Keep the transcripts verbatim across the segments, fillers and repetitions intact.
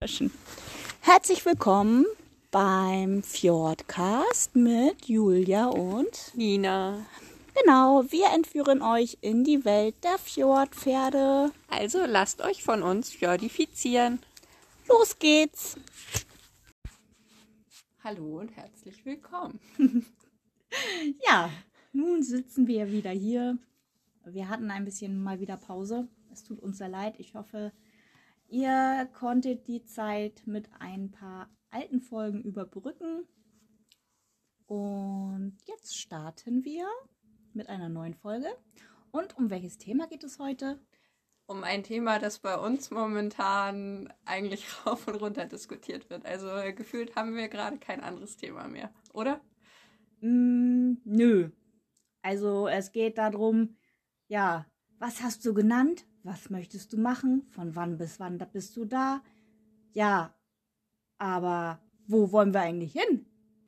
Herzlich willkommen beim Fjordcast mit Julia und Nina. Genau, wir entführen euch in die Welt der Fjordpferde. Also lasst euch von uns fjordifizieren. Los geht's! Hallo und herzlich willkommen. Ja, nun sitzen wir wieder hier. Wir hatten ein bisschen mal wieder Pause. Es tut uns sehr leid. Ich hoffe, ihr konntet die Zeit mit ein paar alten Folgen überbrücken. Und jetzt starten wir mit einer neuen Folge. Und um welches Thema geht es heute? Um ein Thema, das bei uns momentan eigentlich rauf und runter diskutiert wird. Also gefühlt haben wir gerade kein anderes Thema mehr, oder? Mm, nö. Also es geht darum, ja, was hast du genannt? Was möchtest du machen? Von wann bis wann bist du da? Ja, aber wo wollen wir eigentlich hin?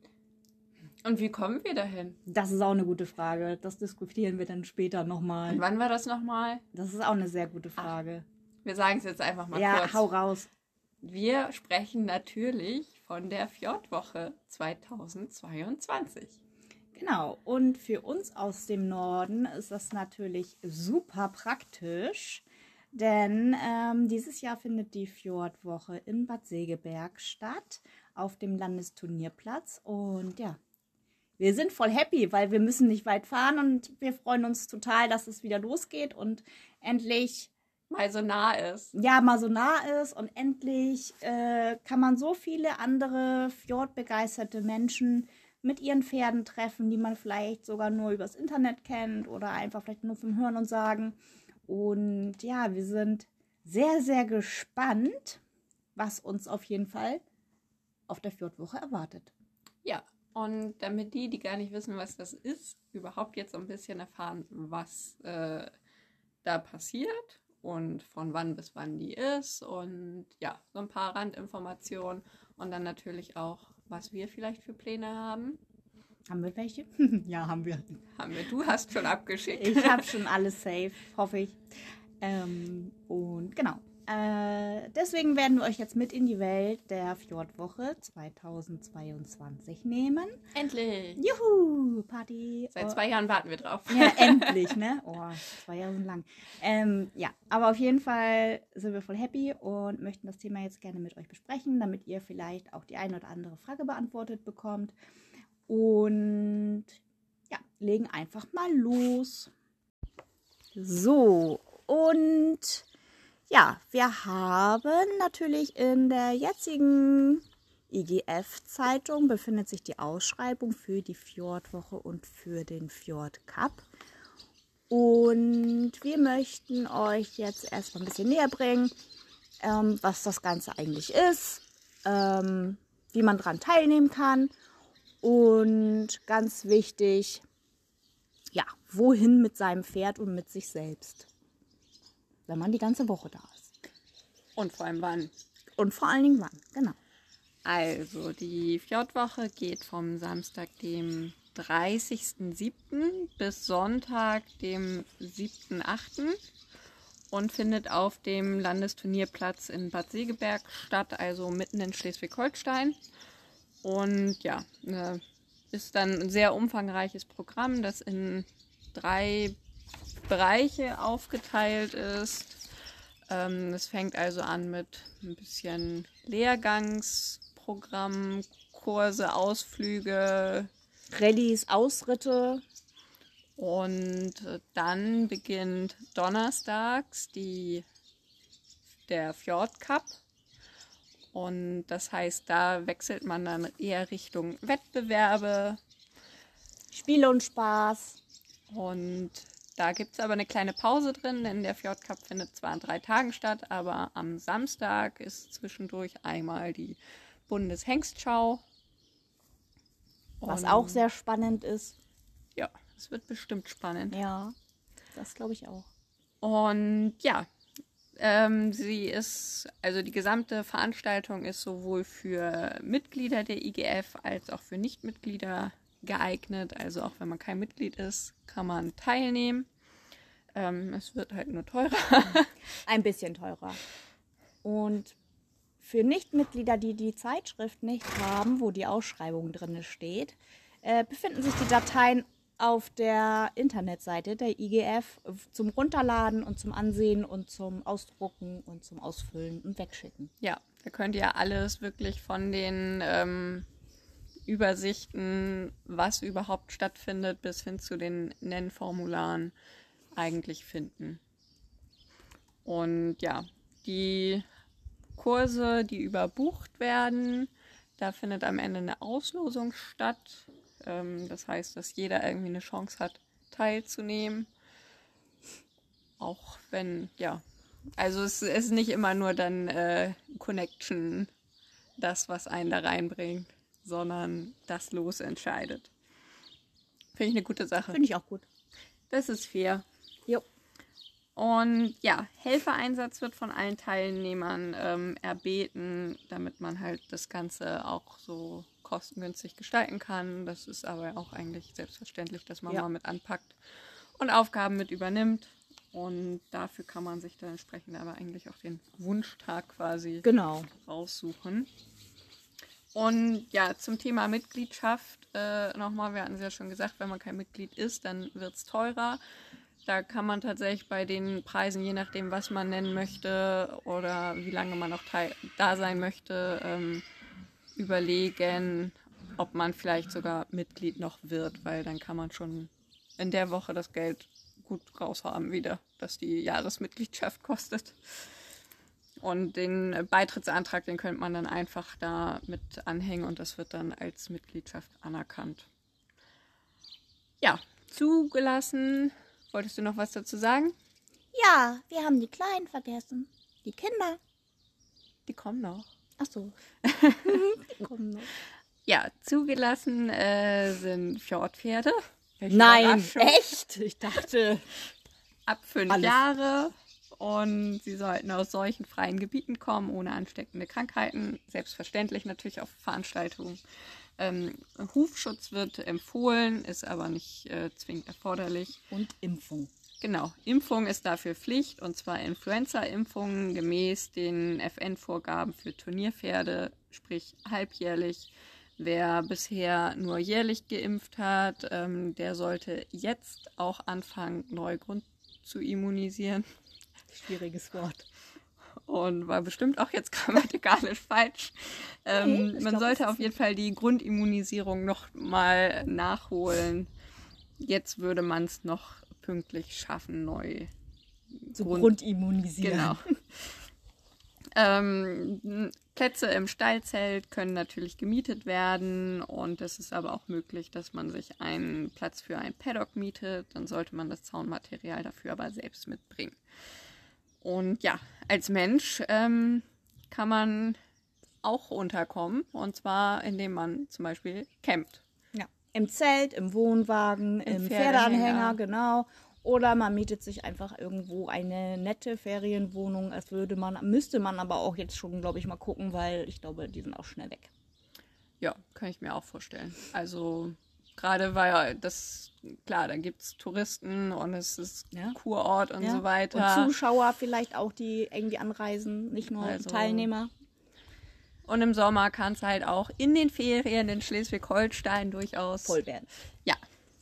Und wie kommen wir dahin? Das ist auch eine gute Frage. Das diskutieren wir dann später nochmal. Und wann war das nochmal? Das ist auch eine sehr gute Frage. Ach, wir sagen es jetzt einfach mal ja, kurz. Ja, hau raus. Wir sprechen natürlich von der Fjordwoche zweitausendzweiundzwanzig. Genau, und für uns aus dem Norden ist das natürlich super praktisch, denn ähm, dieses Jahr findet die Fjordwoche in Bad Segeberg statt, auf dem Landesturnierplatz. Und ja, wir sind voll happy, weil wir müssen nicht weit fahren und wir freuen uns total, dass es wieder losgeht und endlich mal so nah ist. Ja, mal so nah ist und endlich äh, kann man so viele andere fjordbegeisterte Menschen mit ihren Pferden treffen, die man vielleicht sogar nur übers Internet kennt oder einfach vielleicht nur vom Hören und Sagen. Und ja, wir sind sehr, sehr gespannt, was uns auf jeden Fall auf der Fjordwoche erwartet. Ja, und damit die, die gar nicht wissen, was das ist, überhaupt jetzt so ein bisschen erfahren, was äh, da passiert und von wann bis wann die ist und ja, so ein paar Randinformationen und dann natürlich auch, was wir vielleicht für Pläne haben. Haben wir welche? Ja, haben wir. Haben wir. Du hast schon abgeschickt. Ich habe schon alles safe, hoffe ich. Ähm, und genau. Äh, deswegen werden wir euch jetzt mit in die Welt der Fjordwoche zweitausendzweiundzwanzig nehmen. Endlich! Juhu, Party! Seit zwei Jahren warten wir drauf. Ja, endlich, ne? Oh, zwei Jahre sind lang. Ähm, ja, aber auf jeden Fall sind wir voll happy und möchten das Thema jetzt gerne mit euch besprechen, damit ihr vielleicht auch die eine oder andere Frage beantwortet bekommt. Und ja, legen einfach mal los. So, und ja, wir haben natürlich in der jetzigen I G F-Zeitung befindet sich die Ausschreibung für die Fjordwoche und für den Fjord Cup. Und wir möchten euch jetzt erstmal ein bisschen näher bringen, ähm, was das Ganze eigentlich ist, ähm, wie man daran teilnehmen kann und ganz wichtig, ja, wohin mit seinem Pferd und mit sich selbst, wenn man die ganze Woche da ist. Und vor allem wann. Und vor allen Dingen wann, genau. Also die Fjordwoche geht vom Samstag, dem dreißigsten siebten bis Sonntag, dem siebten achten und findet auf dem Landesturnierplatz in Bad Segeberg statt, also mitten in Schleswig-Holstein. Und ja, äh, ist dann ein sehr umfangreiches Programm, das in drei Bereiche aufgeteilt ist. Ähm, es fängt also an mit ein bisschen Lehrgangsprogramm, Kurse, Ausflüge, Rallyes, Ausritte. Und dann beginnt donnerstags die, der Fjord Cup. Und das heißt, da wechselt man dann eher Richtung Wettbewerbe. Spiele und Spaß. Und da gibt es aber eine kleine Pause drin, denn der Fjord Cup findet zwar an drei Tagen statt, aber am Samstag ist zwischendurch einmal die Bundeshengstschau. Was auch sehr spannend ist. Ja, es wird bestimmt spannend. Ja, das glaube ich auch. Und ja, ähm, sie ist, also die gesamte Veranstaltung ist sowohl für Mitglieder der I G F als auch für Nichtmitglieder geeignet. Also auch wenn man kein Mitglied ist, kann man teilnehmen. Ähm, es wird halt nur teurer. Ein bisschen teurer. Und für Nichtmitglieder, die die Zeitschrift nicht haben, wo die Ausschreibung drin steht, äh, befinden sich die Dateien auf der Internetseite der I G F zum Runterladen und zum Ansehen und zum Ausdrucken und zum Ausfüllen und Wegschicken. Ja, da könnt ihr alles wirklich von den ähm, Übersichten, was überhaupt stattfindet, bis hin zu den Nennformularen eigentlich finden. Und ja, die Kurse, die überbucht werden, da findet am Ende eine Auslosung statt. Ähm, das heißt, dass jeder irgendwie eine Chance hat, teilzunehmen. Auch wenn, ja, also es ist nicht immer nur dann äh, Connection, das, was einen da reinbringt, sondern das Los entscheidet. Finde ich eine gute Sache. Finde ich auch gut. Das ist fair. Jo. Und ja, Helfereinsatz wird von allen Teilnehmern ähm, erbeten, damit man halt das Ganze auch so kostengünstig gestalten kann. Das ist aber auch eigentlich selbstverständlich, dass man Ja. mal mit anpackt und Aufgaben mit übernimmt. Und dafür kann man sich dann entsprechend aber eigentlich auch den Wunschtag quasi Genau. raussuchen. Und ja, zum Thema Mitgliedschaft äh, nochmal, wir hatten es ja schon gesagt, wenn man kein Mitglied ist, dann wird es teurer. Da kann man tatsächlich bei den Preisen, je nachdem, was man nennen möchte oder wie lange man noch teil- da sein möchte, ähm, überlegen, ob man vielleicht sogar Mitglied noch wird, weil dann kann man schon in der Woche das Geld gut raushaben wieder, das die Jahresmitgliedschaft kostet. Und den Beitrittsantrag, den könnte man dann einfach da mit anhängen und das wird dann als Mitgliedschaft anerkannt. Ja, zugelassen. Wolltest du noch was dazu sagen? Ja, wir haben die Kleinen vergessen. Die Kinder. Die kommen noch. Ach so. Die kommen noch. Ja, zugelassen äh, sind Fjordpferde. Welche Nein, Überraschung. echt? Ich dachte... Ab fünf Alles. Jahre und sie sollten aus solchen freien Gebieten kommen, ohne ansteckende Krankheiten. Selbstverständlich natürlich auf Veranstaltungen. Ähm, Hufschutz wird empfohlen, ist aber nicht äh, zwingend erforderlich. Und Impfung. Genau, Impfung ist dafür Pflicht und zwar Influenza-Impfungen gemäß den F N-Vorgaben für Turnierpferde, sprich halbjährlich. Wer bisher nur jährlich geimpft hat, ähm, der sollte jetzt auch anfangen, Neugrund zu immunisieren. Schwieriges Wort. Und war bestimmt auch jetzt grammatikalisch falsch. Ähm, Nee, ich man glaub, sollte das auf jeden Fall die Grundimmunisierung noch mal nachholen. Jetzt würde man es noch pünktlich schaffen, neu So Grund- Grundimmunisieren. Genau. ähm, Plätze im Stallzelt können natürlich gemietet werden und es ist aber auch möglich, dass man sich einen Platz für ein Paddock mietet. Dann sollte man das Zaunmaterial dafür aber selbst mitbringen. Und ja, als Mensch ähm, kann man auch unterkommen und zwar indem man zum Beispiel campt. Ja. Im Zelt, im Wohnwagen, Im im Pferdeanhänger. Pferdeanhänger, genau. Oder man mietet sich einfach irgendwo eine nette Ferienwohnung. Das würde man, müsste man aber auch jetzt schon, glaube ich, mal gucken, weil ich glaube, die sind auch schnell weg. Ja, kann ich mir auch vorstellen. Also gerade weil ja das, klar, da gibt es Touristen und es ist Ja. Kurort und Ja. so weiter. Und Zuschauer vielleicht auch, die irgendwie anreisen, nicht nur Also- Teilnehmer. Und im Sommer kann es halt auch in den Ferien in Schleswig-Holstein durchaus Voll werden. Ja.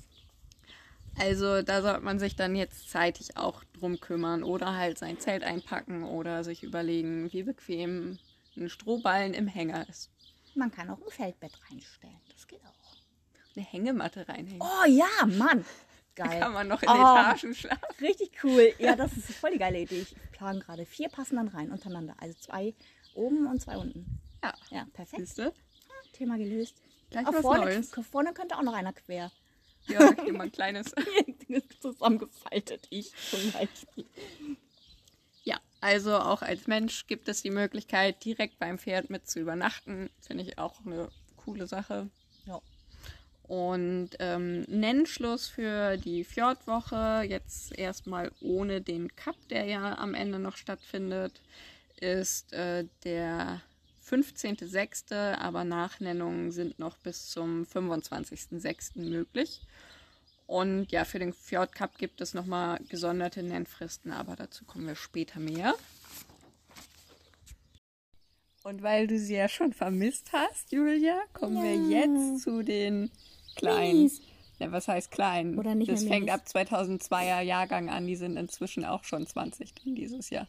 Also da sollte man sich dann jetzt zeitig auch drum kümmern oder halt sein Zelt einpacken oder sich überlegen, wie bequem ein Strohballen im Hänger ist. Man kann auch ein Feldbett reinstellen. Das geht auch. Eine Hängematte reinhängen. Oh ja, Mann. Geil. Kann man noch in Oh. Etagen schlafen. Richtig cool. Ja, das ist voll die geile Idee. Ich plane gerade. Vier passen dann rein untereinander. Also zwei oben und zwei unten. Ja, Ja, perfekt. siehst du? Thema gelöst. Gleich Auch was vorne, Neues. vorne könnte auch noch einer quer. Ja, hier mal ein kleines. Zusammengefaltet, ich zum Beispiel. Ja, also auch als Mensch gibt es die Möglichkeit, direkt beim Pferd mit zu übernachten. Finde ich auch eine coole Sache. Ja. Und ähm, Nennschluss für die Fjordwoche, jetzt erstmal ohne den Cup, der ja am Ende noch stattfindet, ist äh, der fünfzehnten sechsten, aber Nachnennungen sind noch bis zum fünfundzwanzigsten sechsten möglich. Und ja, für den Fjord Cup gibt es nochmal gesonderte Nennfristen, aber dazu kommen wir später mehr. Und weil du sie ja schon vermisst hast, Julia, kommen Ja. wir jetzt zu den kleinen. Minis. Ja, was heißt klein? Oder nicht Das mehr fängt Minis. ab zweitausendzweier Jahrgang an, die sind inzwischen auch schon zwanzig drin dieses Jahr.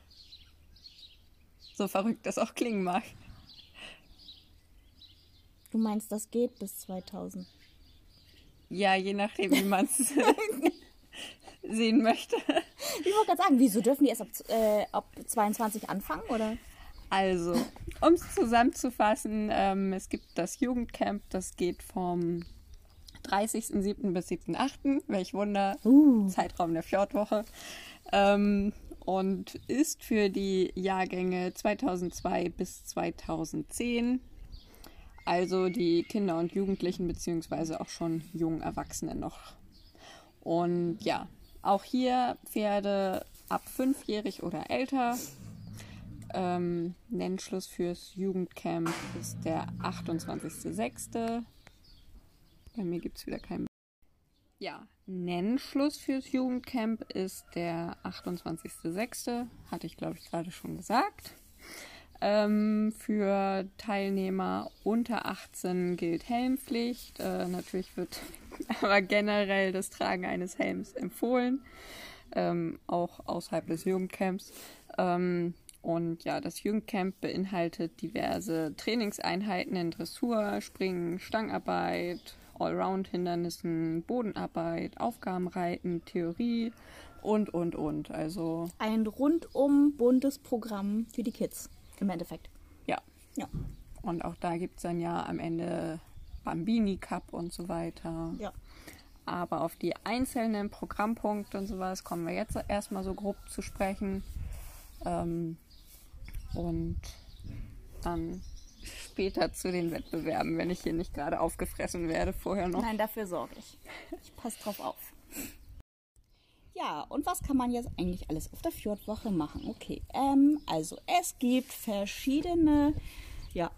So verrückt das auch klingen mag. Du meinst, das geht bis zweitausend? Ja, je nachdem, wie man es sehen möchte. Ich wollte gerade sagen, wieso dürfen die erst ab, äh, ab zweiundzwanzig anfangen, oder? Also, um es zusammenzufassen, ähm, es gibt das Jugendcamp, das geht vom dreißigsten siebten bis siebten achten Welch Wunder, Uh. Zeitraum der Fjordwoche. Ähm, und ist für die Jahrgänge zweitausendzwei bis zweitausendzehn. Also die Kinder und Jugendlichen, beziehungsweise auch schon jungen Erwachsenen noch. Und ja, auch hier Pferde ab fünfjährig oder älter. Ähm, Nennschluss fürs Jugendcamp ist der achtundzwanzigster sechster Bei mir gibt es wieder keinen. Ja, Nennschluss fürs Jugendcamp ist der achtundzwanzigster sechster Hatte ich, glaube ich, gerade schon gesagt. Ähm, für Teilnehmer unter achtzehn gilt Helmpflicht. Äh, natürlich wird aber generell das Tragen eines Helms empfohlen, ähm, auch außerhalb des Jugendcamps. Ähm, und ja, das Jugendcamp beinhaltet diverse Trainingseinheiten in Dressur, Springen, Stangarbeit, Allround-Hindernissen, Bodenarbeit, Aufgabenreiten, Theorie und, und, und. Also Ein rundum buntes Programm für die Kids, im Endeffekt. ja. Ja. Und auch da gibt es dann ja am Ende Bambini Cup und so weiter. Ja. Aber auf die einzelnen Programmpunkte und sowas kommen wir jetzt erstmal so grob zu sprechen. Ähm, und dann später zu den Wettbewerben, wenn ich hier nicht gerade aufgefressen werde, vorher noch. Nein, dafür sorge ich. Ich passe drauf auf. Ja, und was kann man jetzt eigentlich alles auf der Fjordwoche machen? Okay, ähm, also es gibt verschiedene ja,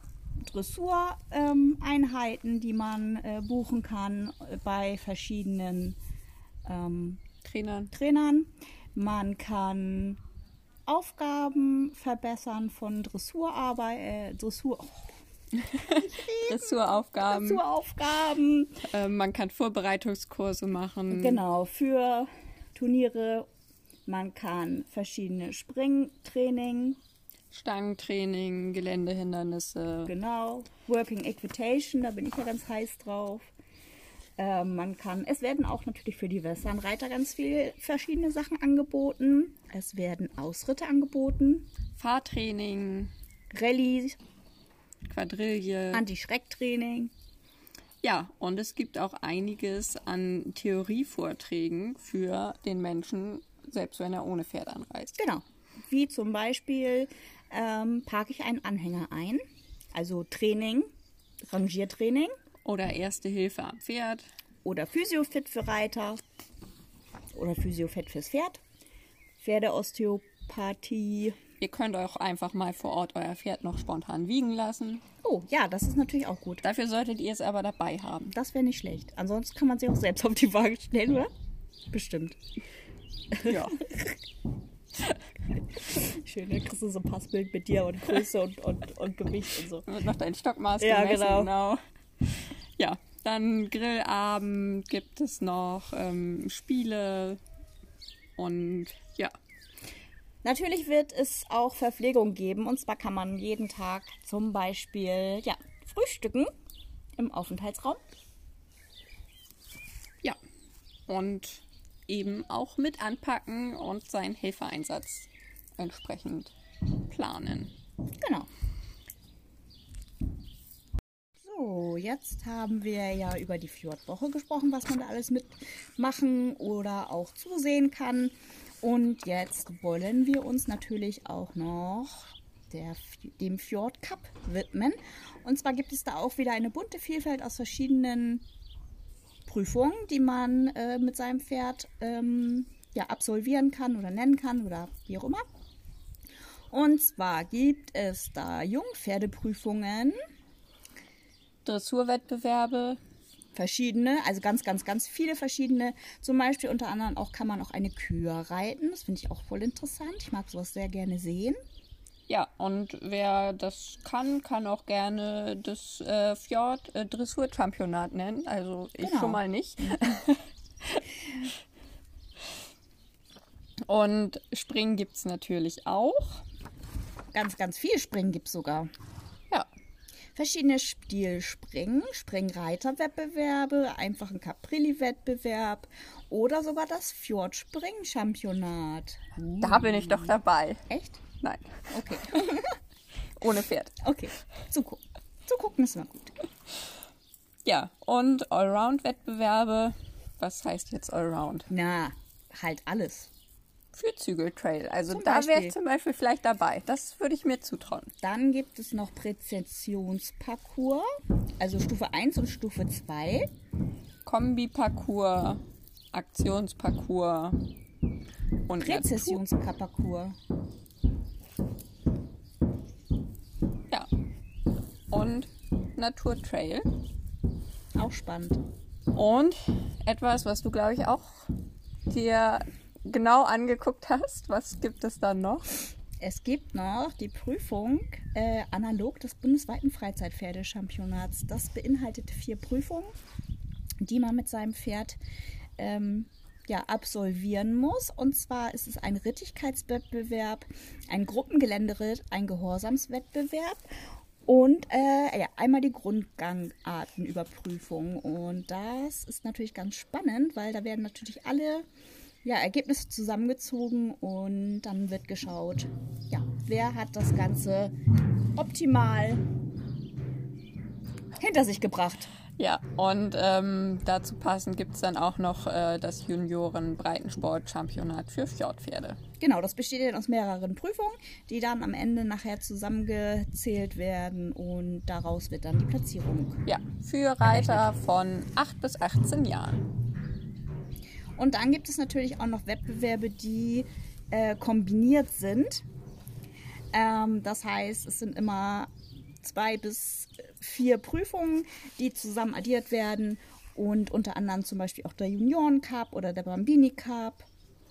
Dressureinheiten, ähm, die man äh, buchen kann äh, bei verschiedenen ähm, Trainern. Trainern. Man kann Aufgaben verbessern von Dressurarbeit, äh, Dressur, oh, Dressuraufgaben. Dressuraufgaben. Äh, man kann Vorbereitungskurse machen. Genau, für Turniere. Man kann verschiedene Springtraining, Stangentraining, Geländehindernisse. genau, Working Equitation, da bin ich ja ganz heiß drauf. Äh, man kann, es werden auch natürlich für die Westernreiter ganz viele verschiedene Sachen angeboten. Es werden Ausritte angeboten, Fahrtraining, Rallye, Quadrille. Anti-Schreck-Training. Ja, und es gibt auch einiges an Theorievorträgen für den Menschen, selbst wenn er ohne Pferd anreist. Genau, wie zum Beispiel ähm, parke ich einen Anhänger ein, also Training, Rangiertraining. Oder Erste Hilfe am Pferd. Oder Physiofit für Reiter. Oder Physiofit fürs Pferd. Pferdeosteopathie. Ihr könnt auch einfach mal vor Ort euer Pferd noch spontan wiegen lassen. Oh, ja, das ist natürlich auch gut. Dafür solltet ihr es aber dabei haben. Das wäre nicht schlecht. Ansonsten kann man sie auch selbst auf die Waage stellen, oder? Bestimmt. Ja. Schön, dann kriegst du so ein Passbild mit dir und Größe und, und, und Gewicht und so. Wird noch dein Stockmaß Ja, gemessen, genau. genau. Ja, dann Grillabend gibt es noch ähm, Spiele und ja. Natürlich wird es auch Verpflegung geben. Und zwar kann man jeden Tag zum Beispiel ja, frühstücken im Aufenthaltsraum. Ja. Und eben auch mit anpacken und seinen Helfereinsatz entsprechend planen. Genau. So, jetzt haben wir ja über die Fjordwoche gesprochen, was man da alles mitmachen oder auch zusehen kann. Und jetzt wollen wir uns natürlich auch noch der, dem Fjord Cup widmen. Und zwar gibt es da auch wieder eine bunte Vielfalt aus verschiedenen Prüfungen, die man äh, mit seinem Pferd ähm, ja, absolvieren kann oder nennen kann oder wie auch immer. Und zwar gibt es da Jungpferdeprüfungen. Dressurwettbewerbe. Verschiedene, also ganz, ganz, ganz viele verschiedene. Zum Beispiel unter anderem auch kann man auch eine Kür reiten. Das finde ich auch voll interessant. Ich mag sowas sehr gerne sehen. Ja, und wer das kann, kann auch gerne das äh, Fjord äh, Dressur-Championat nennen. Also ich Genau. schon mal nicht. Und Springen gibt es natürlich auch. Ganz, ganz viel Springen gibt es sogar. Ja, Verschiedene Stilspringen, Springreiterwettbewerbe, einfach ein Caprilli-Wettbewerb oder sogar das Fjordspringen-Championat. da bin ich doch dabei. Echt? Nein, Okay. ohne Pferd. Okay. Zugucken. Zugucken ist mal gut. Ja, und Allround-Wettbewerbe. Was heißt jetzt Allround? Na, halt alles. Vierzügel-Trail. Also Zum da wäre Beispiel. ich zum Beispiel vielleicht dabei. Das würde ich mir zutrauen. Dann gibt es noch Präzisionsparcours, also Stufe eins und Stufe zwei. Kombi-Parcours, Aktionsparcours und Natur. Präzisionsparcours. Ja. Und Naturtrail. Auch spannend. Und etwas, was du, glaube ich, auch dir genau angeguckt hast. Was gibt es dann noch? Es gibt noch die Prüfung äh, analog des bundesweiten Freizeitpferdechampionats. Das beinhaltet vier Prüfungen, die man mit seinem Pferd ähm, ja, absolvieren muss. Und zwar ist es ein Rittigkeitswettbewerb, ein Gruppengeländeritt, ein Gehorsamswettbewerb und äh, ja, einmal die Grundgangartenüberprüfung. Und das ist natürlich ganz spannend, weil da werden natürlich alle ja, Ergebnisse zusammengezogen und dann wird geschaut, ja, wer hat das Ganze optimal hinter sich gebracht. Ja, und ähm, dazu passend gibt es dann auch noch äh, das Junioren-Breitensport-Championat für Fjordpferde. Genau, das besteht dann aus mehreren Prüfungen, die dann am Ende nachher zusammengezählt werden und daraus wird dann die Platzierung. Ja, für Reiter von acht bis achtzehn Jahren. Und dann gibt es natürlich auch noch Wettbewerbe, die äh, kombiniert sind. Ähm, das heißt, es sind immer zwei bis vier Prüfungen, die zusammen addiert werden. Und unter anderem zum Beispiel auch der Junioren Cup oder der Bambini Cup.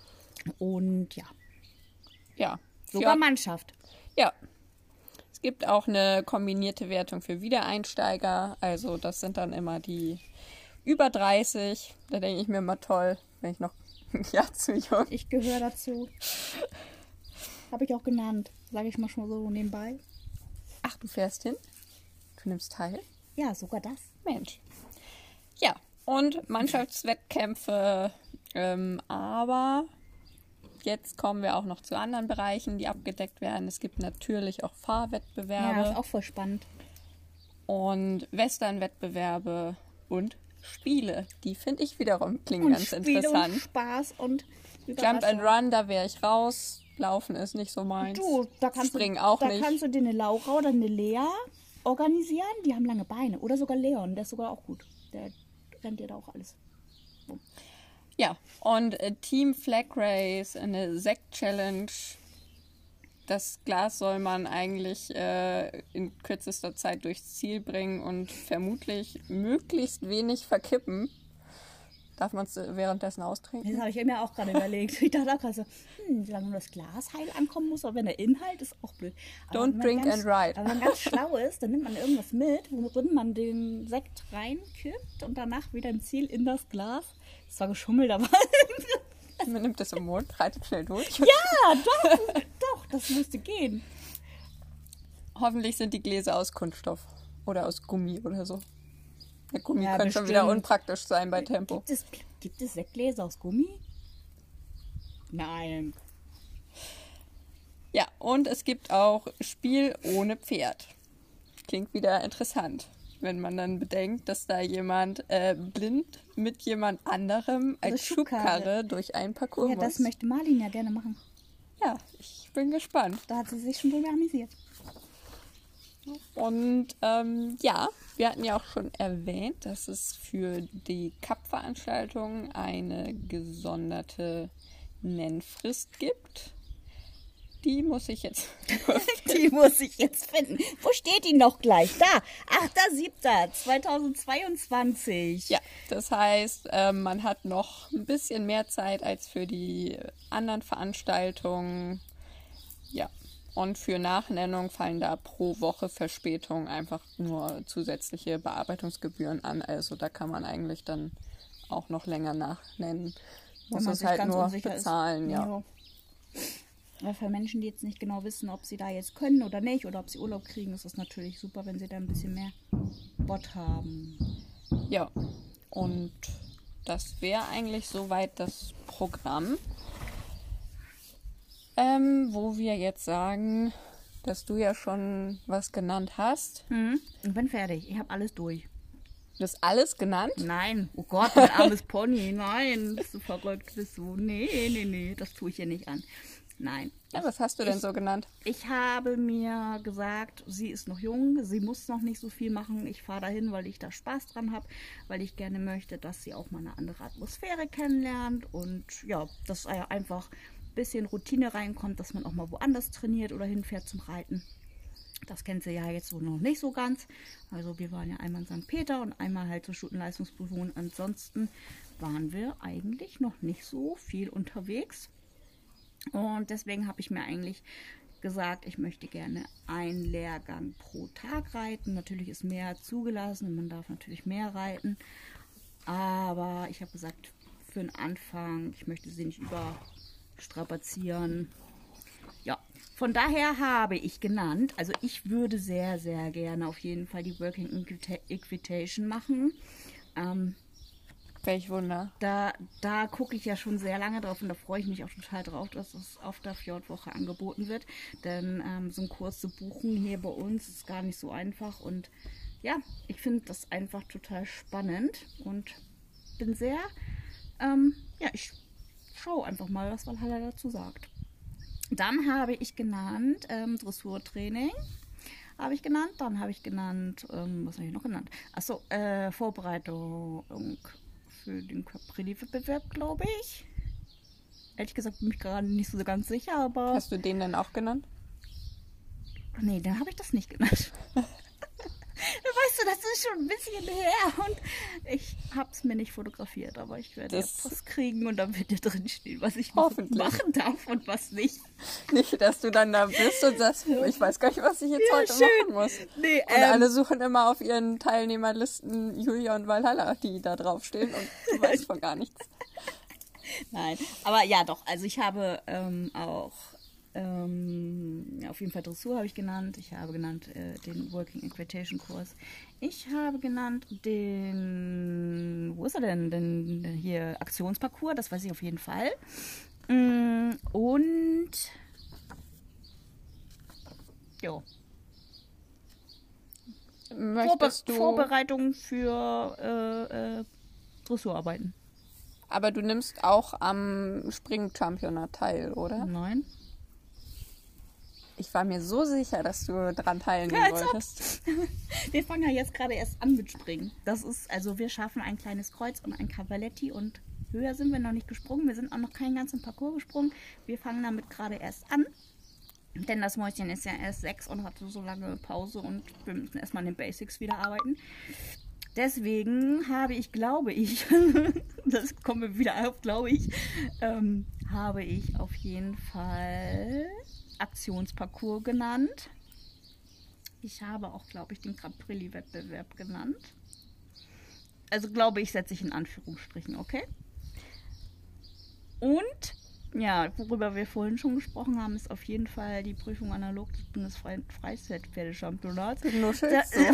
Und ja, Ja, sogar für, Mannschaft. ja. Es gibt auch eine kombinierte Wertung für Wiedereinsteiger. Also das sind dann immer die über dreißig. Da denke ich mir mal toll, wenn ich noch ein Jahr zu jung. Ich gehöre dazu. Habe ich auch genannt. Sage ich mal schon so nebenbei. Ach, du fährst hin? Du nimmst teil? Ja, sogar das. Mensch. Ja, und Mannschaftswettkämpfe. Ähm, aber jetzt kommen wir auch noch zu anderen Bereichen, die abgedeckt werden. Es gibt natürlich auch Ja, Fahrwettbewerbe ist auch voll spannend. und Westernwettbewerbe und Spiele. Die finde ich wiederum klingen Und ganz Spiele interessant. und Spaß und Jump and Überraschung. Run, da wäre ich raus. Laufen ist nicht so meins. Du, da kannst Springen du, auch da nicht. kannst du dir eine Laura oder eine Lea organisieren. Die haben lange Beine. Oder sogar Leon, der ist sogar auch gut. Der rennt dir da auch alles. Ja, und äh, Team Flag Race, eine Sekt-Challenge. Das Glas soll man eigentlich äh, in kürzester Zeit durchs Ziel bringen und vermutlich möglichst wenig verkippen. Darf man es währenddessen austrinken? Das habe ich mir auch gerade überlegt. Ich dachte auch gerade so, hm, solange nur das Glas heil ankommen muss, aber wenn der Inhalt ist auch blöd. Aber Don't wenn man drink ganz, and ride. Aber wenn man ganz schlau ist, dann nimmt man irgendwas mit, worin man den Sekt reinkippt und danach wieder im Ziel in das Glas. Das war geschummelt, aber Man nimmt das im Mund, reitet schnell durch. ja, doch, doch, das musste gehen. Hoffentlich sind die Gläser aus Kunststoff oder aus Gummi oder so. Der Gummi Ja, könnte schon wieder bestimmt. unpraktisch sein bei Tempo. Gibt es, gibt es Sektgläser aus Gummi? Nein. Ja, und es gibt auch Spiel ohne Pferd. Klingt wieder interessant, wenn man dann bedenkt, dass da jemand äh, blind mit jemand anderem als Also Schubkarre. Schubkarre durch einen Parcours Ja, das muss. möchte Marlin ja gerne machen. Ja, ich bin gespannt. Da hat sie sich schon drüber amüsiert. Und ähm, ja, wir hatten ja auch schon erwähnt, dass es für die Cup-Veranstaltung eine gesonderte Nennfrist gibt. Die muss ich jetzt Die muss ich jetzt finden. Wo steht die noch gleich? Da, achter siebter zweitausendzweiundzwanzig. Ja, das heißt, äh, man hat noch ein bisschen mehr Zeit als für die anderen Veranstaltungen. Ja, Und für Nachnennung fallen da pro Woche Verspätung einfach nur zusätzliche Bearbeitungsgebühren an. Also da kann man eigentlich dann auch noch länger nachnennen. Muss es halt nur bezahlen, ja. ja. Ja. Für Menschen, die jetzt nicht genau wissen, ob sie da jetzt können oder nicht oder ob sie Urlaub kriegen, ist es natürlich super, wenn sie da ein bisschen mehr Bot haben. Ja, und das wäre eigentlich soweit das Programm, ähm, wo wir jetzt sagen, dass du ja schon was genannt hast. Mhm. Ich bin fertig, ich habe alles durch. Du hast alles genannt? Nein, oh Gott, mein armes Pony, nein, bist du verrückt, bist du, nee, nee, nee, das tue ich hier nicht an. Nein. Ja, was hast du denn ich, so genannt? Ich habe mir gesagt, sie ist noch jung, sie muss noch nicht so viel machen. Ich fahre dahin, weil ich da Spaß dran habe, weil ich gerne möchte, dass sie auch mal eine andere Atmosphäre kennenlernt und ja, dass einfach ein bisschen Routine reinkommt, dass man auch mal woanders trainiert oder hinfährt zum Reiten. Das kennt sie ja jetzt so noch nicht so ganz. Also wir waren ja einmal in Sankt Peter und einmal halt zur Schutenleistungsprüfung. Und ansonsten waren wir eigentlich noch nicht so viel unterwegs. Und deswegen habe ich mir eigentlich gesagt, ich möchte gerne einen Lehrgang pro Tag reiten. Natürlich ist mehr zugelassen und man darf natürlich mehr reiten. Aber ich habe gesagt, für den Anfang, ich möchte sie nicht überstrapazieren. Ja, von daher habe ich genannt, also ich würde sehr, sehr gerne auf jeden Fall die Working Equitation machen. Ähm, Welch Wunder. Da, da gucke ich ja schon sehr lange drauf und da freue ich mich auch total drauf, dass es auf der Fjordwoche angeboten wird. Denn ähm, so einen Kurs zu buchen hier bei uns ist gar nicht so einfach. Und ja, ich finde das einfach total spannend und bin sehr, ähm, ja, ich schaue einfach mal, was Valhalla dazu sagt. Dann habe ich genannt ähm, Dressurtraining. Habe ich genannt. Dann habe ich genannt, ähm, was habe ich noch genannt? Achso, äh, Vorbereitung für den Caprilli-Wettbewerb, glaube ich. Ehrlich gesagt bin ich gerade nicht so ganz sicher, aber... Hast du den denn auch genannt? Nee, dann habe ich das nicht genannt. Weißt du, das ist schon ein bisschen her und ich habe es mir nicht fotografiert, aber ich werde das jetzt was kriegen und dann wird ja drin stehen, was ich machen darf und was nicht. Nicht, dass du dann da bist und sagst, ich weiß gar nicht, was ich jetzt ja, heute schön. machen muss. Nee, und ähm, alle suchen immer auf ihren Teilnehmerlisten Julia und Valhalla, die da draufstehen und du weißt von gar nichts. Nein, aber ja doch, also ich habe ähm, auch Ähm, ja, auf jeden Fall Dressur habe ich genannt. Ich habe genannt äh, den Working Equitation Kurs. Ich habe genannt den, wo ist er denn? Den, den hier Aktionsparcours, das weiß ich auf jeden Fall. Mm, und jo. Möchtest Vorbe- du Vorbereitung für äh, äh, Dressurarbeiten. Aber du nimmst auch am Springchampionat teil, oder? Nein. Ich war mir so sicher, dass du daran teilnehmen Ja, wolltest. Wir fangen ja jetzt gerade erst an mit Springen. Das ist, also wir schaffen ein kleines Kreuz und ein Cavaletti und höher sind wir noch nicht gesprungen. Wir sind auch noch keinen ganzen Parcours gesprungen. Wir fangen damit gerade erst an. Denn das Mäuschen ist ja erst sechs und hatte so lange Pause und wir müssen erstmal an den Basics wieder arbeiten. Deswegen habe ich, glaube ich, das kommen wir wieder auf, glaube ich, ähm, habe ich auf jeden Fall Aktionsparcours genannt. Ich habe auch, glaube ich, den Caprilli-Wettbewerb genannt. Also glaube ich, setze ich in Anführungsstrichen, okay? Und, ja, worüber wir vorhin schon gesprochen haben, ist auf jeden Fall die Prüfung analog des Bundesfreizeitpferdechampionats. Du nuschelst so.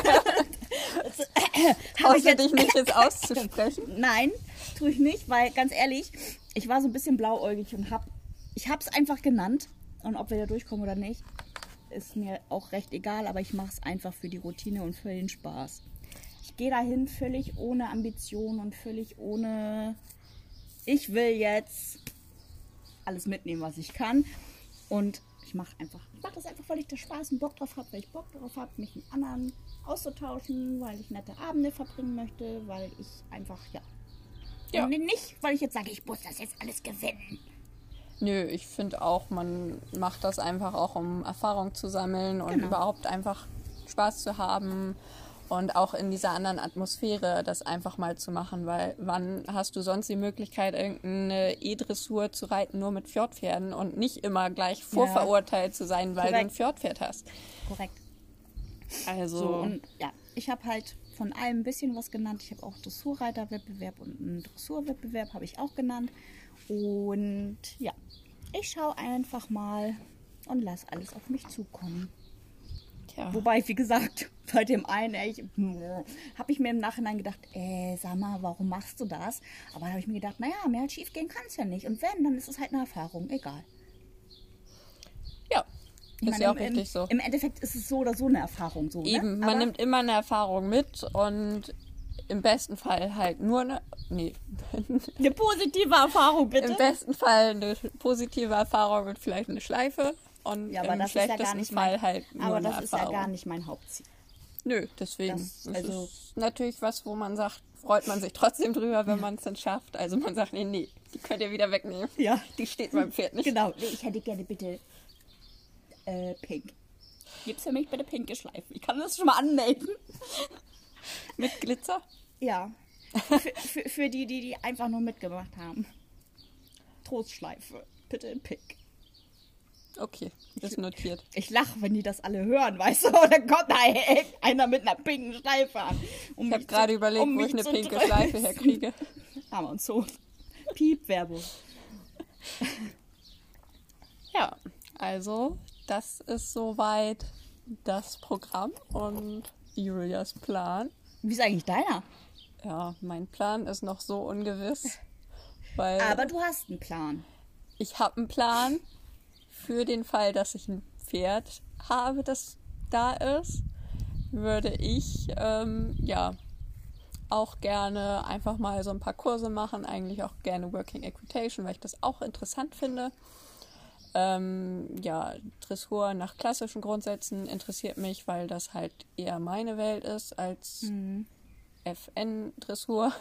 Traust du dich nicht jetzt auszusprechen? Nein, tue ich nicht, weil ganz ehrlich, ich war so ein bisschen blauäugig und hab, ich habe es einfach genannt. Und ob wir da durchkommen oder nicht, ist mir auch recht egal, aber ich mache es einfach für die Routine und für den Spaß. Ich gehe dahin völlig ohne Ambition und völlig ohne, ich will jetzt alles mitnehmen, was ich kann. Und ich mache einfach, ich mache das einfach, weil ich da Spaß und Bock drauf habe, weil ich Bock drauf habe, mich mit anderen auszutauschen, weil ich nette Abende verbringen möchte, weil ich einfach, ja. ja. Und nicht, weil ich jetzt sage, ich muss das jetzt alles gewinnen. Nö, ich finde auch, man macht das einfach auch, um Erfahrung zu sammeln und genau. überhaupt einfach Spaß zu haben Und auch in dieser anderen Atmosphäre das einfach mal zu machen, weil wann hast du sonst die Möglichkeit, irgendeine E-Dressur zu reiten, nur mit Fjordpferden und nicht immer gleich vorverurteilt zu sein, weil Korrekt. du ein Fjordpferd hast. Korrekt. Also, So, und ja, ich habe halt von allem ein bisschen was genannt. Ich habe auch Dressurreiterwettbewerb und einen Dressurwettbewerb habe ich auch genannt. Und ja, ich schaue einfach mal und lasse alles auf mich zukommen. ja. Wobei, wie gesagt, bei dem einen, habe ich mir im Nachhinein gedacht, ey, sag mal, warum machst du das? Aber da habe ich mir gedacht, naja, mehr als schief gehen kann es ja nicht. Und wenn, dann ist es halt eine Erfahrung, egal. Ja, Ich ist meine, ja auch im, im, richtig so. Im Endeffekt ist es so oder so eine Erfahrung. So, Eben, ne? man Aber nimmt immer eine Erfahrung mit und im besten Fall halt nur eine, nee, eine positive Erfahrung, bitte. im besten Fall eine positive Erfahrung und vielleicht eine Schleife und Ja, aber im das ist ja schlechtesten gar nicht Fall mein, halt nur aber eine das ist ja Erfahrung. gar nicht mein Hauptziel. Nö, deswegen. Das- Das also- ist natürlich was, wo man sagt, freut man sich trotzdem drüber, wenn man es dann schafft. Also man sagt, nee, nee, die könnt ihr wieder wegnehmen. Ja. Die steht meinem Pferd nicht. Genau. Nee, ich hätte gerne bitte äh, pink. Gib's für mich bitte pinke Schleifen. Ich kann das schon mal anmelden. Mit Glitzer? Ja. Für, für, für die, die, die einfach nur mitgemacht haben. Trostschleife. Bitte in pink. Okay, ist notiert. Ich lache, wenn die das alle hören, weißt du? Und dann kommt da einer mit einer pinken Schleife an. Um Ich habe mich gerade zu- überlegt, um wo mich ich eine zu pinke trösten. Schleife herkriege. Amazon. Piep-Werbung. Ja, also das ist soweit das Programm und Julias Plan. Wie ist eigentlich deiner? Ja, mein Plan ist noch so ungewiss, weil Aber du hast einen Plan. ich habe einen Plan für den Fall, dass ich ein Pferd habe, das da ist, würde ich ähm, ja auch gerne einfach mal so ein paar Kurse machen, eigentlich auch gerne Working Equitation, weil ich das auch interessant finde. Ähm, ja, Dressur nach klassischen Grundsätzen interessiert mich, weil das halt eher meine Welt ist als Mhm. F N-Dressur.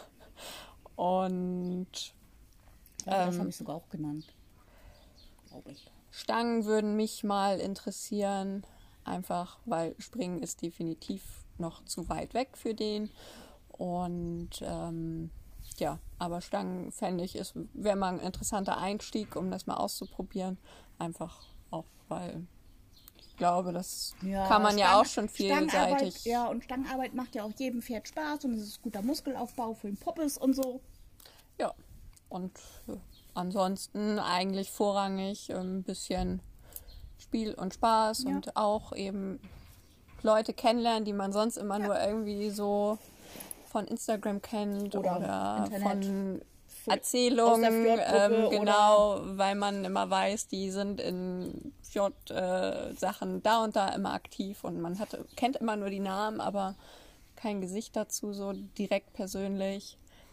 Und Ja, das Ähm, habe ich sogar auch genannt. Glaube ich. Stangen würden mich mal interessieren, einfach weil Springen ist definitiv noch zu weit weg für den. Und ähm, ja, aber Stangen fände ich, ist, wäre mal ein interessanter Einstieg, um das mal auszuprobieren. Einfach auch, weil ich glaube, das kann man ja Stangen- auch schon vielseitig. Stangenarbeit, ja, und Stangenarbeit macht ja auch jedem Pferd Spaß und es ist guter Muskelaufbau für den Poppes und so. Ja, und äh, ansonsten eigentlich vorrangig ein bisschen Spiel und Spaß Ja. und auch eben Leute kennenlernen, die man sonst immer Ja. nur irgendwie so von Instagram kennt Oder oder, Internet. von Für- Erzählungen, aus der Fjordgruppe ähm, oder- genau, weil man immer weiß, die sind in Fjord-Sachen äh, da und da immer aktiv und man hat, kennt immer nur die Namen, aber kein Gesicht dazu so direkt persönlich.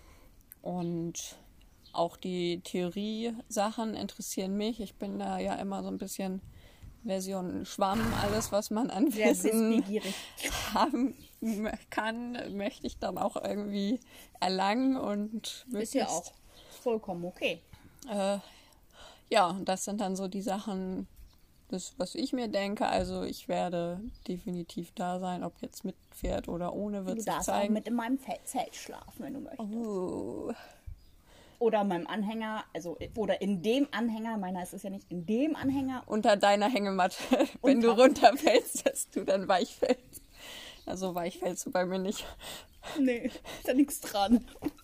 Und auch die Theorie-Sachen interessieren mich. Ich bin da ja immer so ein bisschen Version Schwamm. Alles, was man an Sehr Wissen wissbegierig. haben kann, möchte ich dann auch irgendwie erlangen und Ist ja möglichst- auch vollkommen okay. äh, ja, und das sind dann so die Sachen, das, was ich mir denke. Also ich werde definitiv da sein, ob jetzt mit Pferd oder ohne, wird Du sich darfst auch zeigen. mit in meinem Fe- Zelt schlafen, wenn du möchtest. Oh. Oder in meinem Anhänger, also oder in dem Anhänger, meiner ist es ja nicht, in dem Anhänger. Unter deiner Hängematte, wenn du Unter. runterfällst, dass du dann weich fällst. Also weich fällst du bei mir nicht. Nee, ist ja nichts dran.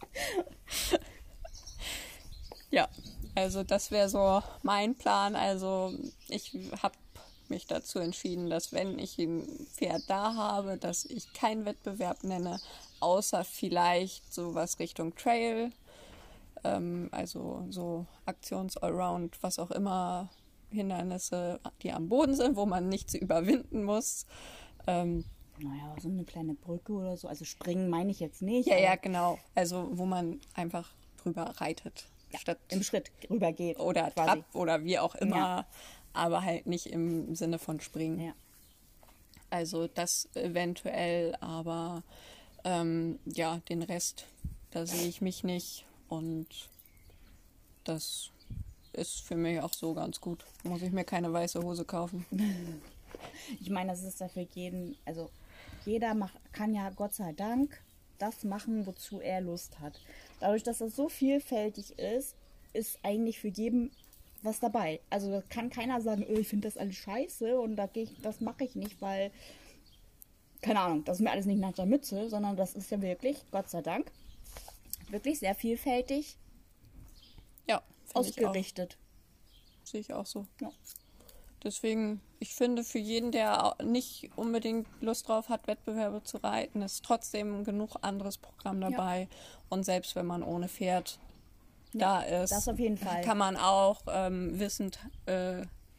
Ja, also das wäre so mein Plan. Also ich habe mich dazu entschieden, dass wenn ich ein Pferd da habe, dass ich keinen Wettbewerb nenne, außer vielleicht sowas Richtung Trail. Ähm, also so Aktions-Allround, was auch immer, Hindernisse, die am Boden sind, wo man nichts überwinden muss. Ähm, Naja, so eine kleine Brücke oder so. Also springen meine ich jetzt nicht. ja, aber ja, genau. Also wo man einfach drüber reitet. Statt im Schritt rüber geht. oder quasi. Trab oder wie auch immer, Ja. aber halt nicht im Sinne von Springen. Ja. Also das eventuell, aber ähm, ja, den Rest, da sehe ich mich nicht und das ist für mich auch so ganz gut. Muss ich mir keine weiße Hose kaufen. Ich meine, das ist ja für jeden, also jeder macht, kann ja Gott sei Dank das machen, wozu er Lust hat. Dadurch, dass das so vielfältig ist, ist eigentlich für jeden was dabei. Also da kann keiner sagen, oh, ich finde das alles scheiße und da geh ich, das mache ich nicht, weil, keine Ahnung, das ist mir alles nicht nach der Mütze, sondern das ist ja wirklich, Gott sei Dank, wirklich sehr vielfältig Ja, finde ich auch. ausgerichtet. Sehe ich auch so. Ja. Deswegen, ich finde, für jeden, der nicht unbedingt Lust drauf hat, Wettbewerbe zu reiten, ist trotzdem genug anderes Programm dabei. Und selbst wenn man ohne Pferd da ist, das auf jeden Fall. kann man auch ähm, wissend äh,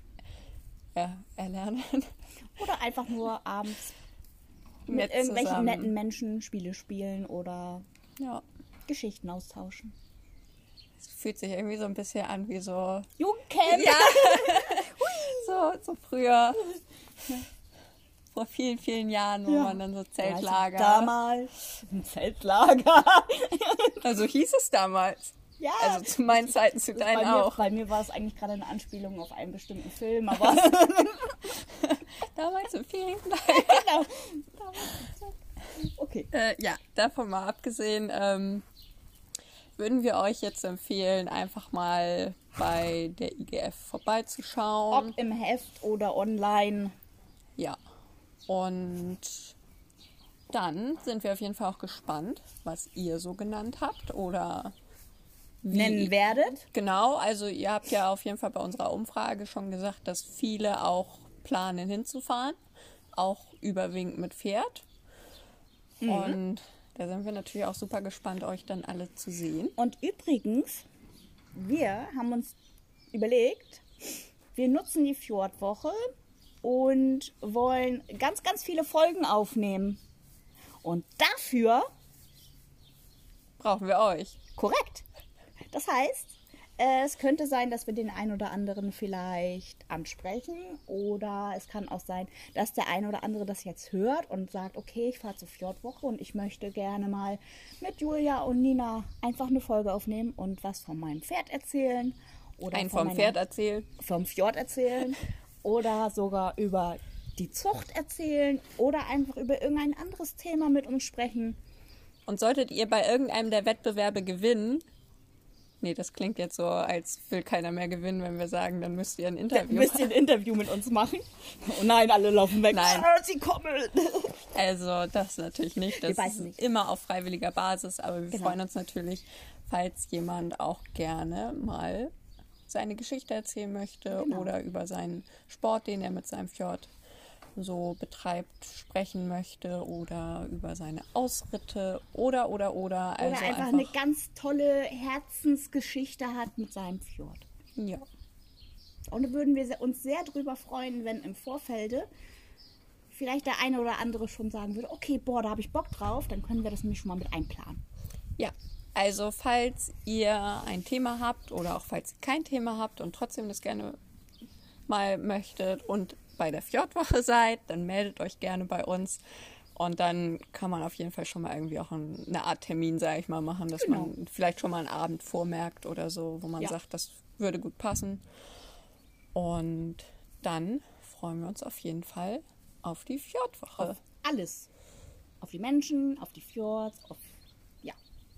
ja, erlernen. Oder einfach nur abends mit Nett irgendwelchen zusammen. netten Menschen Spiele spielen oder Ja, Geschichten austauschen. es fühlt sich irgendwie so ein bisschen an wie so, Jugendcamp! ja, so, so früher, vor vielen, vielen Jahren, wo Ja. man dann so Zeltlager, Also damals ein Zeltlager. also hieß es damals. Ja, Also zu meinen Zeiten, zu bei deinen mir, auch. bei mir war es eigentlich gerade eine Anspielung auf einen bestimmten Film, aber Damals im Ferienlager. genau. Okay. Äh, ja, davon mal abgesehen, ähm, würden wir euch jetzt empfehlen, einfach mal bei der I G F vorbeizuschauen. Ob im Heft oder online. Ja. Und dann sind wir auf jeden Fall auch gespannt, was ihr so genannt habt oder wie Nennen werdet. Genau, also ihr habt ja auf jeden Fall bei unserer Umfrage schon gesagt, dass viele auch planen hinzufahren, auch überwiegend mit Pferd. Mhm. Und da sind wir natürlich auch super gespannt, euch dann alle zu sehen. Und übrigens, wir haben uns überlegt, wir nutzen die Fjordwoche und wollen ganz, ganz viele Folgen aufnehmen. Und dafür, Brauchen wir euch. korrekt, das heißt, äh, es könnte sein, dass wir den einen oder anderen vielleicht ansprechen oder es kann auch sein, dass der ein oder andere das jetzt hört und sagt, okay, ich fahre zur Fjordwoche und ich möchte gerne mal mit Julia und Nina einfach eine Folge aufnehmen und was von meinem Pferd erzählen. Oder Ein von vom meiner- Pferd erzählt. vom Fjord erzählen oder sogar über die Zucht erzählen oder einfach über irgendein anderes Thema mit uns sprechen. Und solltet ihr bei irgendeinem der Wettbewerbe gewinnen, nee, das klingt jetzt so, als will keiner mehr gewinnen, wenn wir sagen, dann müsst ihr ein Interview Müsst ihr ein Interview mit uns machen? Oh nein, alle laufen weg. Nein. Ah, sie kommen. Also das natürlich nicht. Das Wir beißen ist nicht. immer auf freiwilliger Basis, aber wir Genau. freuen uns natürlich, falls jemand auch gerne mal seine Geschichte erzählen möchte Genau. oder über seinen Sport, den er mit seinem Fjord so betreibt, sprechen möchte oder über seine Ausritte oder, oder, oder. Also Oder einfach, eine ganz tolle Herzensgeschichte hat mit seinem Fjord. ja. Und da würden wir uns sehr drüber freuen, wenn im Vorfelde vielleicht der eine oder andere schon sagen würde, okay, boah, da habe ich Bock drauf, dann können wir das nämlich schon mal mit einplanen. Ja, also falls ihr ein Thema habt oder auch falls ihr kein Thema habt und trotzdem das gerne mal möchtet und bei der Fjordwoche seid, dann meldet euch gerne bei uns und dann kann man auf jeden Fall schon mal irgendwie auch ein, eine Art Termin, sage ich mal, machen, dass Genau. man vielleicht schon mal einen Abend vormerkt oder so, wo man Ja. sagt, das würde gut passen. Und dann freuen wir uns auf jeden Fall auf die Fjordwoche. Auf alles. Auf die Menschen, auf die Fjords, auf, ja.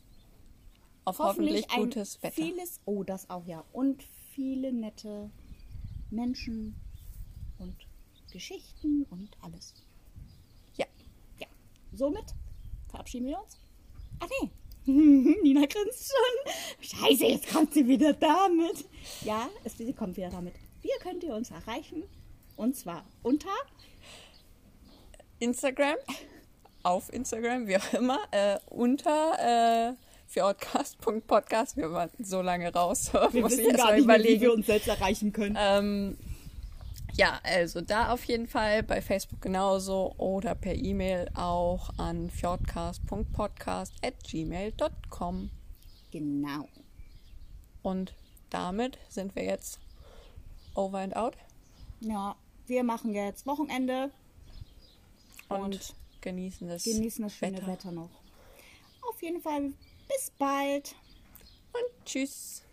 Auf hoffentlich, ein gutes Wetter. Vieles, oh, das auch, ja. Und viele nette Menschen und Geschichten und alles. Ja. Ja. Somit verabschieden wir uns. Ach nee. Nina grinst schon. Scheiße, jetzt kommt sie wieder damit. Ja, es, sie kommt wieder damit. Wie könnt ihr uns erreichen? Und zwar unter Instagram, auf Instagram, wie auch immer, äh, unter äh, fjordcast punkt podcast. Wir waren so lange raus, wir muss ich wissen erst gar mal nicht mehr, wie überlegen. wir uns selbst erreichen können. Ähm, ja, also da auf jeden Fall, bei Facebook genauso oder per E-Mail auch an fjordcast punkt podcast at gmail punkt com. Genau. Und damit sind wir jetzt over and out Ja, wir machen jetzt Wochenende und, Und genießen das, genießen das schöne Wetter. Wetter noch. Auf jeden Fall bis bald. Und tschüss.